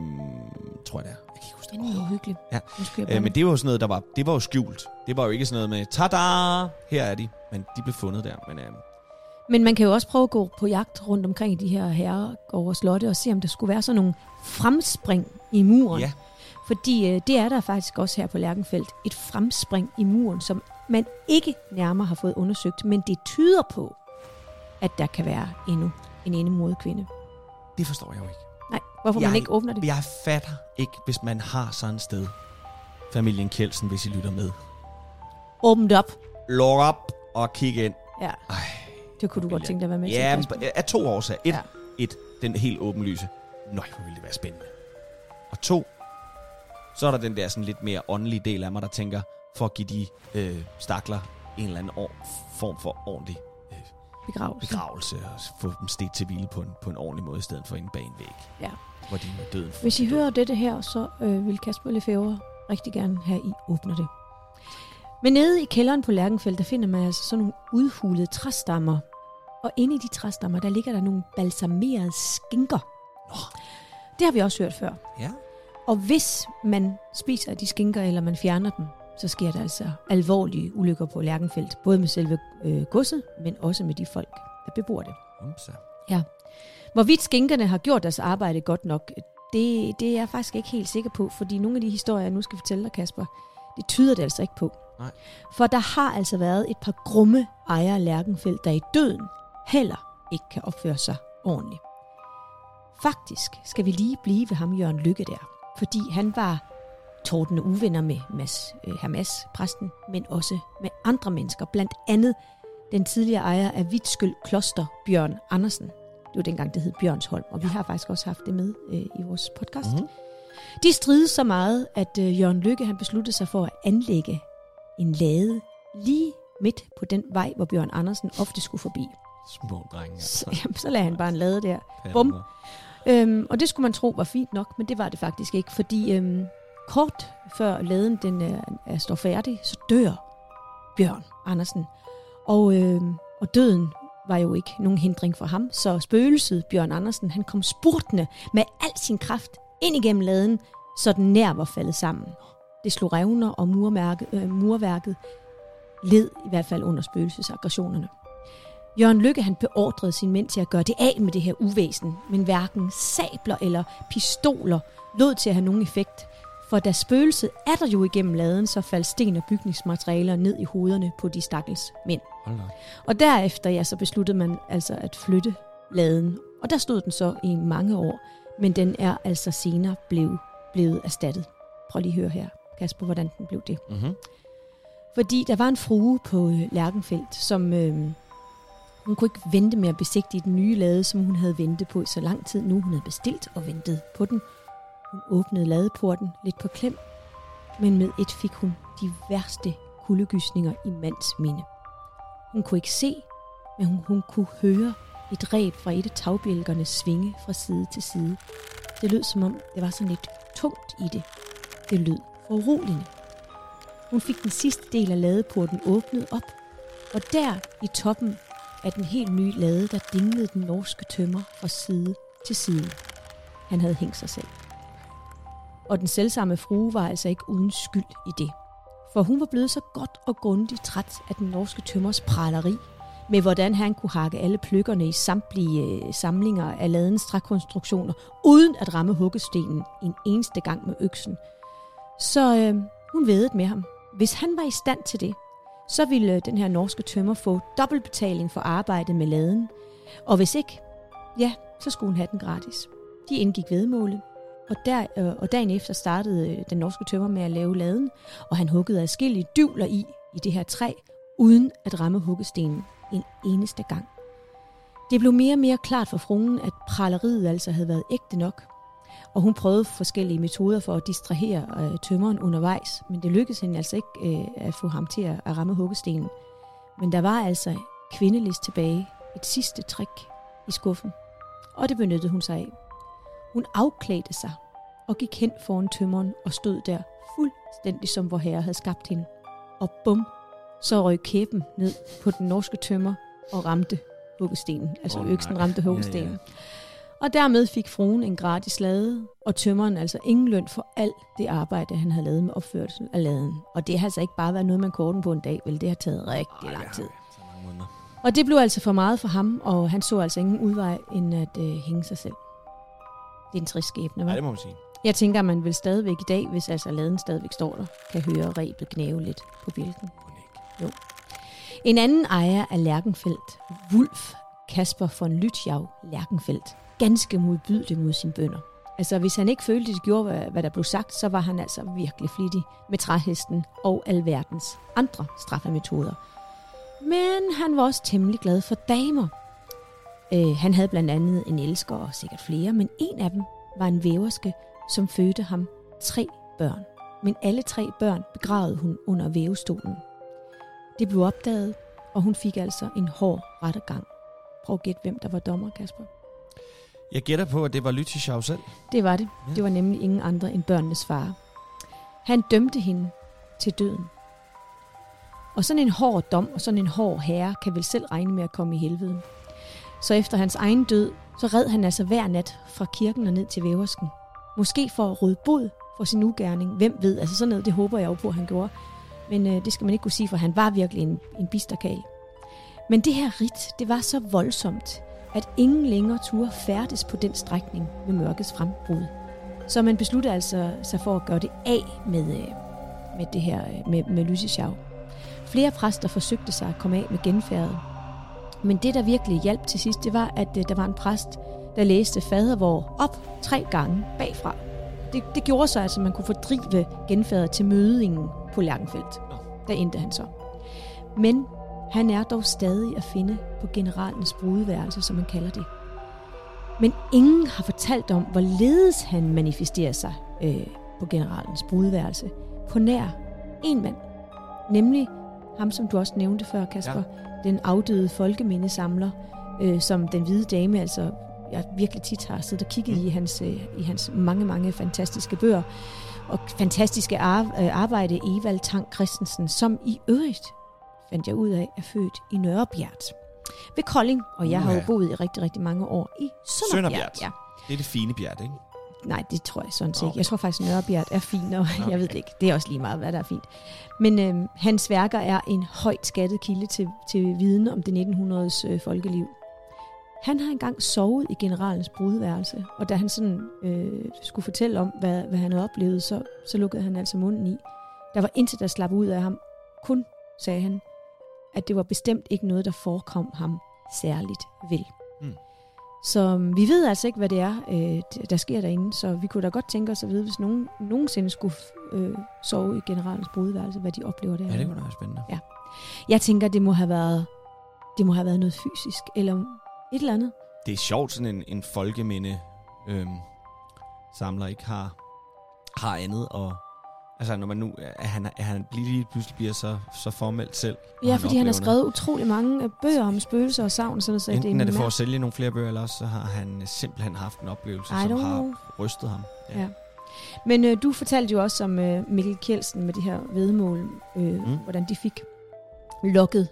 Tror jeg det er. Jeg kan ikke huske det. Det er uhyggeligt. Ja. Men det var jo sådan noget, det var jo skjult. Det var jo ikke sådan noget med, tada, her er de. Men de blev fundet der. Men man kan jo også prøve at gå på jagt rundt omkring de her herregårde og slotte, og se, om der skulle være sådan nogle fremspring i muren. Ja. Fordi det er der faktisk også her på Lerchenfeldt. Et fremspring i muren, som man ikke nærmere har fået undersøgt, men det tyder på, at der kan være endnu en endemodig kvinde. Det forstår jeg jo ikke. Nej, hvorfor man ikke åbner det? Jeg fatter ikke, hvis man har sådan et sted. Familien Kjeldsen, hvis I lytter med. Åbn det op. Luk op og kig ind. Ja. Det kunne du godt tænke dig at være med til. Ja, af 2 årsager. Den helt åbenlyse. Nøj, hvor ville det være spændende. Og 2, så er der den der sådan lidt mere åndelige del af mig, der tænker, for at give de stakler en eller anden form for ordentlig begravelse og få dem stedt til hvile på en ordentlig måde, i stedet for en bag en væg. Ja. Hvor de er døden. Hvis I hører dette her, så vil Kasper Lefebvre rigtig gerne have, I åbner det. Men nede i kælderen på Lerchenfeldt, der finder man altså sådan nogle udhulede træstammer. Og inde i de træstammer, der ligger der nogle balsamerede skinker. Det har vi også hørt før. Ja. Og hvis man spiser de skinker, eller man fjerner dem, så sker der altså alvorlige ulykker på Lerchenfeldt. Både med selve godset, men også med de folk, der bebor det. Ja. Hvorvidt skinkerne har gjort deres arbejde godt nok, det er jeg faktisk ikke helt sikker på. Fordi nogle af de historier, jeg nu skal fortælle dig, Kasper, det tyder det altså ikke på. Nej. For der har altså været et par grumme ejere af Lerchenfeldt, der i døden heller ikke kan opføre sig ordentligt. Faktisk skal vi lige blive ved ham Jørgen Lykke der, fordi han var tordende uvenner med Mads, præsten, men også med andre mennesker, blandt andet den tidligere ejer af Vitskøl Kloster, Bjørn Andersen. Det var dengang, det hed Bjørnsholm, og vi har faktisk også haft det med i vores podcast. Mm-hmm. De strides så meget, at Jørgen Lykke han besluttede sig for at anlægge en lade lige midt på den vej, hvor Bjørn Andersen ofte skulle forbi. Små drenge. Så lagde han bare en lade der. Bum. Og det skulle man tro var fint nok, men det var det faktisk ikke, fordi kort før laden den står færdig, så dør Bjørn Andersen. Og døden var jo ikke nogen hindring for ham, så spøgelset Bjørn Andersen, han kom spurtende med al sin kraft ind igennem laden, så den nær var faldet sammen. Det slog revner, og murværket led i hvert fald under spøgelsesaggressionerne. Jørgen Lykke han beordrede sine mænd til at gøre det af med det her uvæsen, men hverken sabler eller pistoler lod til at have nogen effekt. For da spøgelset er der jo igennem laden, så faldt sten og bygningsmaterialer ned i hovederne på de stakkels mænd. Og derefter ja, så besluttede man altså at flytte laden. Og der stod den så i mange år, men den er altså senere blevet erstattet. Prøv lige at høre her, Kasper, hvordan den blev det. Mm-hmm. Fordi der var en frue på Lerchenfeldt, som hun kunne ikke vente med at besigtige den nye lade, som hun havde ventet på i så lang tid nu. Hun havde bestilt og ventet på den. Hun åbnede ladeporten lidt på klem, men med et fik hun de værste kuldegysninger i mands minde. Hun kunne ikke se, men hun kunne høre et reb fra et af tagbjælkerne svinge fra side til side. Det lød som om, det var sådan lidt tungt i det. Det lød foruroligende. Hun fik den sidste del af ladeporten åbnet op, og der i toppen af den helt nye lade, der dinglede den norske tømmer fra side til side. Han havde hængt sig selv. Og den selvsamme frue var altså ikke uden skyld i det. For hun var blevet så godt og grundigt træt af den norske tømmers praleri, med hvordan han kunne hakke alle pløkkerne i samtlige samlinger af ladens trækonstruktioner, uden at ramme huggestenen en eneste gang med øksen. Så hun vædede med ham. Hvis han var i stand til det, så ville den her norske tømmer få dobbeltbetaling for arbejdet med laden. Og hvis ikke, ja, så skulle hun have den gratis. De indgik væddemålet, og dagen efter startede den norske tømmer med at lave laden, og han huggede adskillige dyvler i det her træ, uden at ramme huggestenen en eneste gang. Det blev mere og mere klart for fruen, at praleriet altså havde været ægte nok, og hun prøvede forskellige metoder for at distrahere tømmeren undervejs, men det lykkedes hende altså ikke at få ham til at ramme huggestenen. Men der var altså kvindelist tilbage, et sidste trick i skuffen, og det benyttede hun sig af. Hun afklædte sig og gik hen foran tømmeren og stod der fuldstændig som vor herre havde skabt hende. Og bum, så røg kæben ned på den norske tømmer og ramte huggestenen. Altså øksen ramte huggestenen. Ja. Og dermed fik fruen en gratis lade, og tømmeren altså ingen løn for alt det arbejde, han havde lavet med opførelsen af laden. Og det har altså ikke bare været noget, man korten på en dag, vel? Det har taget rigtig lang tid. Og det blev altså for meget for ham, og han så altså ingen udvej, end at hænge sig selv. Det er en trist skæbne, hva'? Ja, det må man sige. Jeg tænker, at man vil stadigvæk i dag, hvis altså laden stadigvæk står der, kan høre rebet knæve lidt på bjælken. Jo. En anden ejer af Lerchenfeldt, Wulf Kasper von Lützow Lerchenfeldt, ganske modbydelig mod sine bønder. Altså, hvis han ikke følte, at det gjorde, hvad der blev sagt, så var han altså virkelig flittig med træhesten og alverdens andre straffemetoder. Men han var også temmelig glad for damer. Han havde blandt andet en elsker og sikkert flere, men en af dem var en væverske, som fødte ham 3 børn. Men alle 3 børn begravede hun under vævestolen. Det blev opdaget, og hun fik altså en hård rettergang. Prøv at gætte, hvem der var dommer, Kasper. Jeg gætter på, at det var Lützow selv. Det var det. Ja. Det var nemlig ingen andre end børnenes far. Han dømte hende til døden. Og sådan en hård dom og sådan en hård herre kan vel selv regne med at komme i helvede. Så efter hans egen død, så red han altså hver nat fra kirken og ned til væversken. Måske for at råde bod for sin ugerning. Hvem ved? Altså sådan noget, det håber jeg jo på, at han gjorde. Men det skal man ikke kunne sige, for han var virkelig en bisterkal. Men det her rit, det var så voldsomt, at ingen længere turde færdes på den strækning ved mørkets frembrud. Så man besluttede altså sig for at gøre det af med det her med Lützow. Flere præster forsøgte sig at komme af med genfærdet. Men det, der virkelig hjalp til sidst, det var, at der var en præst, der læste fadervor op 3 gange bagfra. Det gjorde så, at man kunne fordrive genfærdet til mødingen på Lerchenfeldt. Der endte han så. Men han er dog stadig at finde på generalens brudeværelse, som man kalder det. Men ingen har fortalt om, hvorledes han manifesterer sig på generalens brudeværelse. På nær en mand. Nemlig ham, som du også nævnte før, Kasper. Ja. Den afdøde folkemindesamler, som den hvide dame, altså jeg virkelig tit har siddet og kigget i hans mange, mange fantastiske bøger. Og fantastiske arbejde, Evald Tang Christensen, som i øvrigt, fandt jeg ud af, er født i Nørrebjert ved Kolding. Og jeg har jo boet i rigtig, rigtig mange år i Sønderbjert. Ja. Det er det fine bjert, ikke? Nej, det tror jeg sådan set. Okay. Jeg tror faktisk, at Nørrebjert er fint, og jeg ved det ikke. Det er også lige meget, hvad der er fint. Men hans værker er en højt skattet kilde til viden om det 1900's folkeliv. Han har engang sovet i generalens brudeværelse, og da han sådan skulle fortælle om, hvad han havde oplevet, så lukkede han altså munden i. Der var intet, der slap ud af ham. Kun, sagde han, at det var bestemt ikke noget, der forekom ham særligt vel. Så vi ved altså ikke, hvad det er, der sker derinde, så vi kunne da godt tænke os at vide, hvis nogen nogensinde skulle sove i generalens brudeværelse, hvad de oplever der. Ja, det kunne da være spændende. Ja. Jeg tænker, det må have været noget fysisk, eller et eller andet. Det er sjovt, sådan en folkeminde samler ikke har andet, og altså når man nu han lige pludselig bliver så formelt selv. Ja, fordi han har skrevet utrolig mange bøger om spøgelser og savn, sådan så enten er det for at sælge nogle flere bøger, eller også så har han simpelthen haft en oplevelse, som har rystet ham. Ja. Men du fortalte jo også om Mikkel Kjeldsen med det her væddemål, hvordan de fik lokket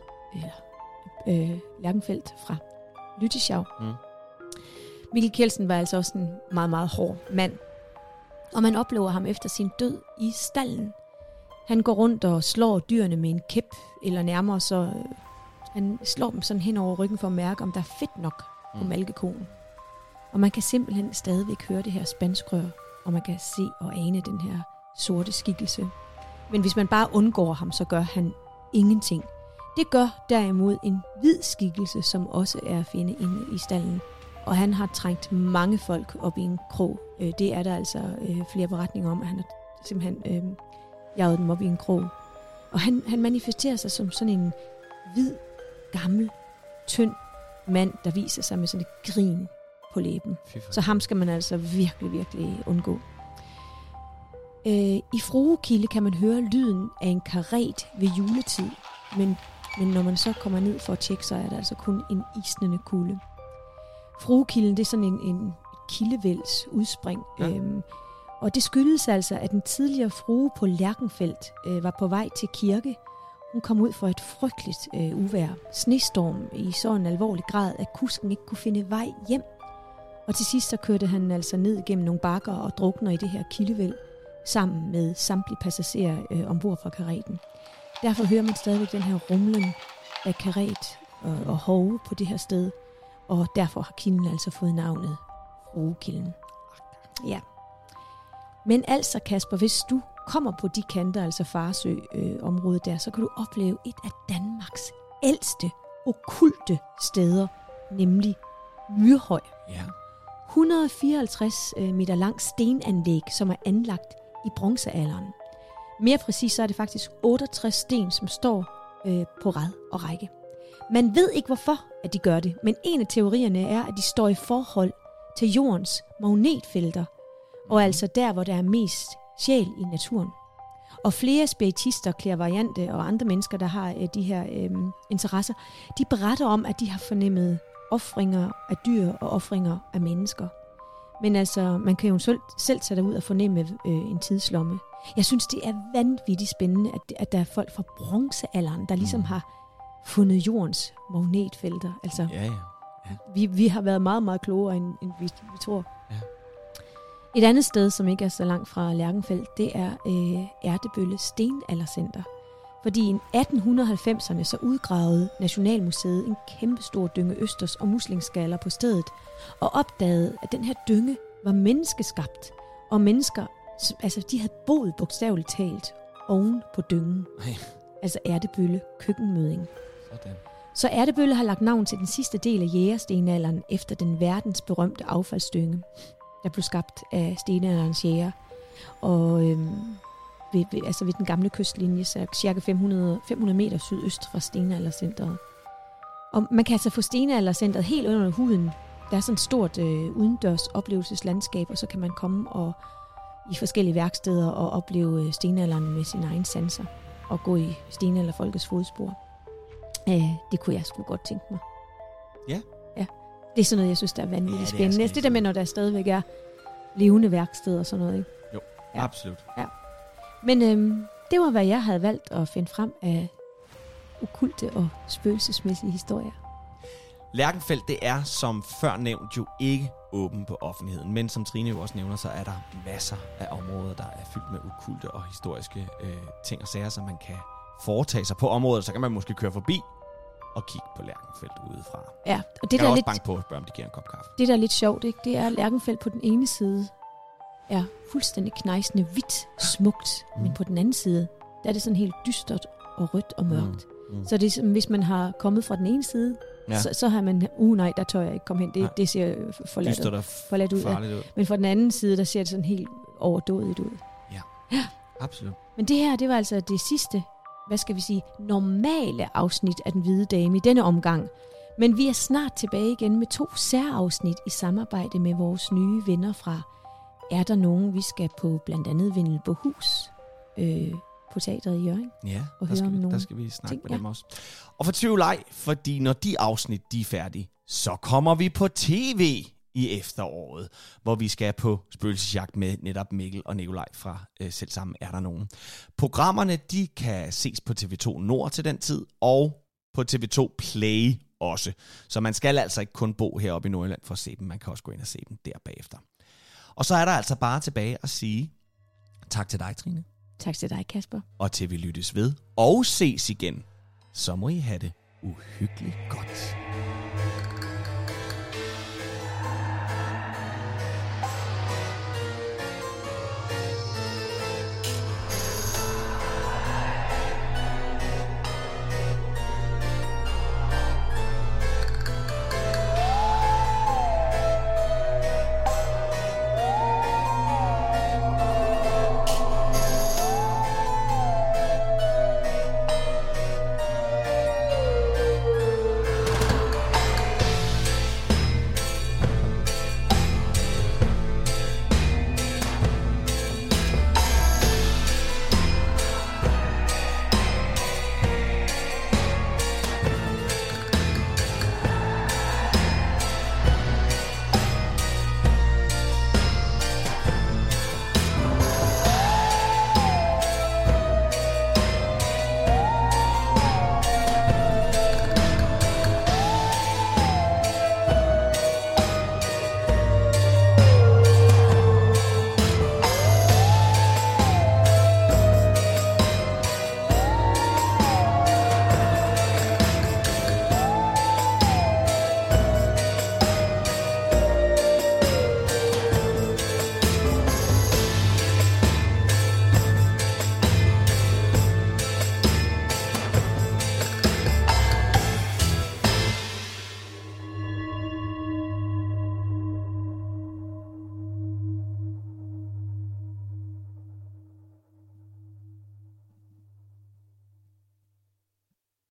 Lerchenfeldt fra Lützow. Mikkel Kjeldsen var altså også en meget, meget hård mand. Og man oplever ham efter sin død i stallen. Han går rundt og slår dyrene med en kæp, eller nærmere så han slår dem sådan hen over ryggen for at mærke, om der er fedt nok på malkekoen. Og man kan simpelthen stadigvæk høre det her spanskrør, og man kan se og ane den her sorte skikkelse. Men hvis man bare undgår ham, så gør han ingenting. Det gør derimod en hvid skikkelse, som også er at finde inde i stallen. Og han har trængt mange folk op i en krog. Det er der altså flere beretninger om, at han har simpelthen jaget dem op i en krog. Og han manifesterer sig som sådan en hvid, gammel, tynd mand, der viser sig med sådan et grin på læben. Så ham skal man altså virkelig, virkelig undgå. I Fruekilde kan man høre lyden af en karet ved juletid, men når man så kommer ned for at tjekke, så er der altså kun en isnende kulde. Fruekilden, det er sådan et Kildevælds udspring. Ja. Og det skyldes altså, at den tidligere frue på Lerchenfeldt var på vej til kirke. Hun kom ud for et frygteligt uvejr. Snestorm i så en alvorlig grad, at kusken ikke kunne finde vej hjem. Og til sidst så kørte han altså ned gennem nogle bakker og drukner i det her Kildevæld sammen med samtlige passagerer ombord fra kareten. Derfor hører man stadigvæk den her rumlen af karet og hove på det her sted. Og derfor har kilden altså fået navnet Fruekilden. Ja. Men altså, Kasper, hvis du kommer på de kanter, altså Farsø-området der, så kan du opleve et af Danmarks ældste okkulte steder, nemlig Myrhøj. Ja. 154 meter lang stenanlæg, som er anlagt i bronzealderen. Mere præcis så er det faktisk 68 sten, som står på rad og række. Man ved ikke hvorfor, at de gør det, men en af teorierne er, at de står i forhold til jordens magnetfelter, og altså der, hvor der er mest sjæl i naturen. Og flere spiritister, clairvoyante og andre mennesker, der har de her interesser, de beretter om, at de har fornemmet ofringer af dyr og ofringer af mennesker. Men altså, man kan jo selv tage ud og fornemme en tidslomme. Jeg synes, det er vanvittigt spændende, at der er folk fra bronzealderen, der ligesom har fundet jordens magnetfelter. Altså, Ja. vi har været meget, meget klogere, end vi tror. Ja. Et andet sted, som ikke er så langt fra Lerchenfeldt, det er Ertebølle Stenaldercenter. Fordi i 1890'erne så udgravede Nationalmuseet en kæmpestor dynge østers og muslingeskaller på stedet, og opdagede, at den her dynge var menneskeskabt, og mennesker, altså de havde boet bogstaveligt talt oven på dyngen. Nej. Altså Ertebølle køkkenmøding. Sådan. Så Ertebølle har lagt navn til den sidste del af jægerstenalderen efter den verdensberømte affaldsdynge, der blev skabt af stenalderens jæger. Og ved den gamle kystlinje, så cirka 500 meter sydøst fra Stenaldercenteret. Og man kan altså få Stenaldercenteret helt under huden. Der er sådan et stort udendørs oplevelseslandskab, og så kan man komme og i forskellige værksteder og opleve stenalderen med sine egne sanser og gå i stenalderfolkets fodspor. Det kunne jeg sgu godt tænke mig. Ja. Ja. Det er sådan noget, jeg synes, der er vanvittigt det er spændende. Det der med, når der stadigvæk er levende værksteder og sådan noget, ikke? Jo, Ja. absolut. Ja. Men det var, hvad jeg havde valgt at finde frem af okkulte og spøgelsesmæssige historier. Lerchenfeldt, det er som før nævnt jo ikke åben på offentligheden, men som Trine jo også nævner, så er der masser af områder, der er fyldt med okkulte og historiske ting og sager, som man kan foretage sig på området. Så kan man måske køre forbi og kigge på Lerchenfeldt udefra. Ja, og det kan der er også lidt, banke på og spørge, om de giver en kop kaffe. det der er lidt sjovt, ikke? Det er Lerchenfeldt på den ene side er fuldstændig knejsende hvidt, smukt, men på den anden side, der er det sådan helt dystert og rødt og mørkt. Så det er som, hvis man har kommet fra den ene side, så har man, nej, der tør jeg ikke komme hen, det ser forladt ud. Farligt ud. Men fra den anden side, der ser det sådan helt overdådigt ud. Ja, absolut. Men det her, det var altså det sidste, hvad skal vi sige, normale afsnit af Den Hvide Dame i denne omgang. Men vi er snart tilbage igen med 2 særafsnit i samarbejde med vores nye venner fra Er der nogen, vi skal på blandt andet Vendelbohus på teateret i Hjørring. Ja, og der skal vi snakke med dem også. Og for tvivl ej, fordi når de afsnit de er færdige, så kommer vi på tv i efteråret, hvor vi skal på spøgelsesjagt med netop Mikkel og Nikolaj fra Selvsammen Er der nogen. Programmerne, de kan ses på TV2 Nord til den tid, og på TV2 Play også. Så man skal altså ikke kun bo heroppe i Nordjylland for at se dem, man kan også gå ind og se dem der bagefter. Og så er der altså bare tilbage at sige tak til dig, Trine. Tak til dig, Kasper. Og til vi lyttes ved og ses igen, så må I have det uhyggeligt godt.